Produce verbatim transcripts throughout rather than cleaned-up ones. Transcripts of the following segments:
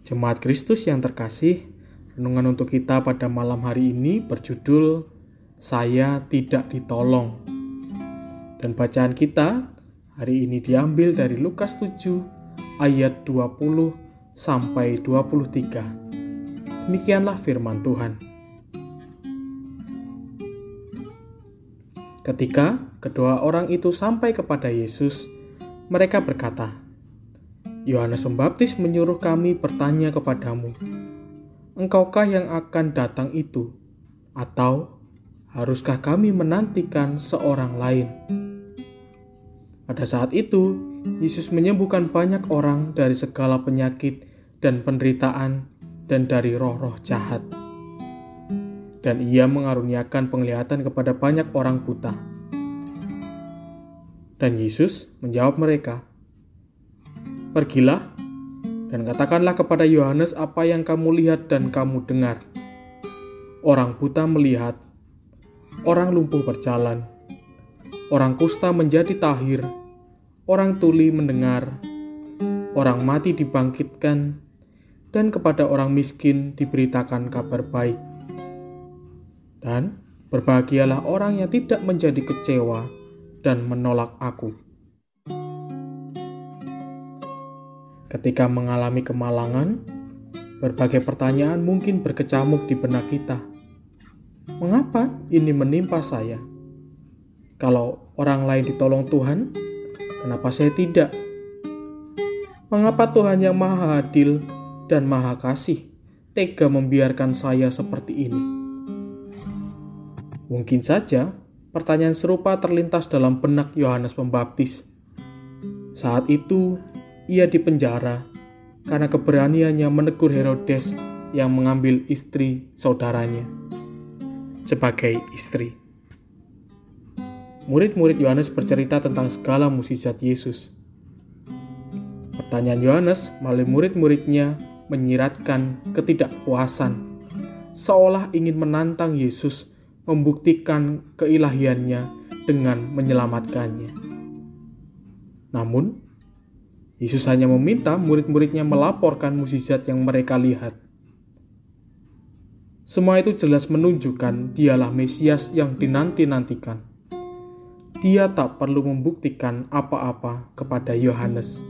Jemaat Kristus yang terkasih, renungan untuk kita pada malam hari ini berjudul Saya Tidak Ditolong. Dan bacaan kita hari ini diambil dari Lukas tujuh ayat dua puluh sampai dua puluh tiga. Demikianlah firman Tuhan. Ketika kedua orang itu sampai kepada Yesus, mereka berkata, Yohanes Pembaptis menyuruh kami bertanya kepadamu, Engkaukah yang akan datang itu? Atau haruskah kami menantikan seorang lain? Pada saat itu, Yesus menyembuhkan banyak orang dari segala penyakit dan penderitaan dan dari roh-roh jahat. Dan ia mengaruniakan penglihatan kepada banyak orang buta. Dan Yesus menjawab mereka, Pergilah dan katakanlah kepada Yohanes apa yang kamu lihat dan kamu dengar. Orang buta melihat, orang lumpuh berjalan, orang kusta menjadi tahir, orang tuli mendengar, orang mati dibangkitkan, dan kepada orang miskin diberitakan kabar baik. Dan berbahagialah orang yang tidak menjadi kecewa dan menolak aku. Ketika mengalami kemalangan, berbagai pertanyaan mungkin berkecamuk di benak kita. Mengapa ini menimpa saya? Kalau orang lain ditolong Tuhan, kenapa saya tidak? Mengapa Tuhan yang Maha Adil dan Maha Kasih tega membiarkan saya seperti ini? Mungkin saja pertanyaan serupa terlintas dalam benak Yohanes Pembaptis. Saat itu, ia dipenjara karena keberaniannya menegur Herodes yang mengambil istri saudaranya sebagai istri. Murid-murid Yohanes bercerita tentang segala mukjizat Yesus. Pertanyaan Yohanes melalui murid-muridnya menyiratkan ketidakpuasan, seolah ingin menantang Yesus membuktikan keilahiannya dengan menyelamatkannya. Namun, Yesus hanya meminta murid-muridnya melaporkan mukjizat yang mereka lihat. Semua itu jelas menunjukkan dialah Mesias yang dinanti-nantikan. Dia tak perlu membuktikan apa-apa kepada Yohanes.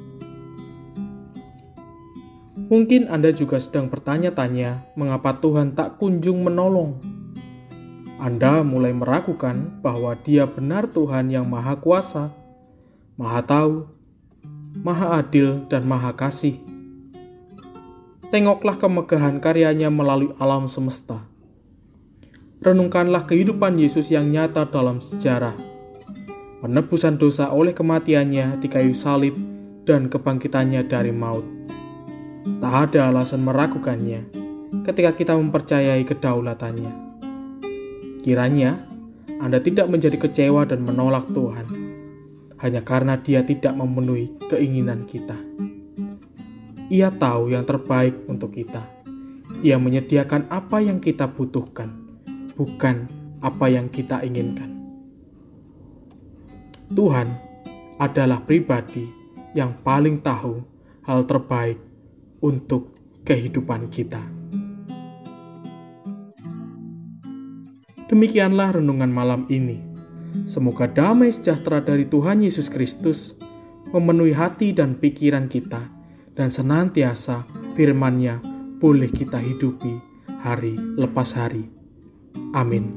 Mungkin Anda juga sedang bertanya-tanya mengapa Tuhan tak kunjung menolong. Anda mulai meragukan bahwa Dia benar Tuhan yang Maha Kuasa, Maha Tahu, Maha Adil, dan Maha Kasih. Tengoklah kemegahan karyanya melalui alam semesta. Renungkanlah kehidupan Yesus yang nyata dalam sejarah. Penebusan dosa oleh kematiannya di kayu salib dan kebangkitannya dari maut. Tak ada alasan meragukannya ketika kita mempercayai kedaulatannya. Kiranya Anda tidak menjadi kecewa dan menolak Tuhan hanya karena Dia tidak memenuhi keinginan kita. Ia tahu yang terbaik untuk kita. Ia menyediakan apa yang kita butuhkan, bukan apa yang kita inginkan. Tuhan adalah pribadi yang paling tahu hal terbaik untuk kehidupan kita. Demikianlah renungan malam ini. Semoga damai sejahtera dari Tuhan Yesus Kristus memenuhi hati dan pikiran kita, dan senantiasa firman-Nya boleh kita hidupi hari lepas hari. Amin.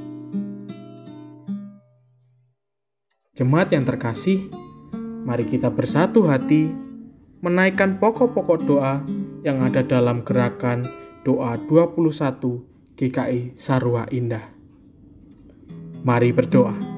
Jemaat yang terkasih, mari kita bersatu hati menaikkan pokok-pokok doa yang ada dalam gerakan doa dua puluh satu G K I Sarua Indah. Mari berdoa.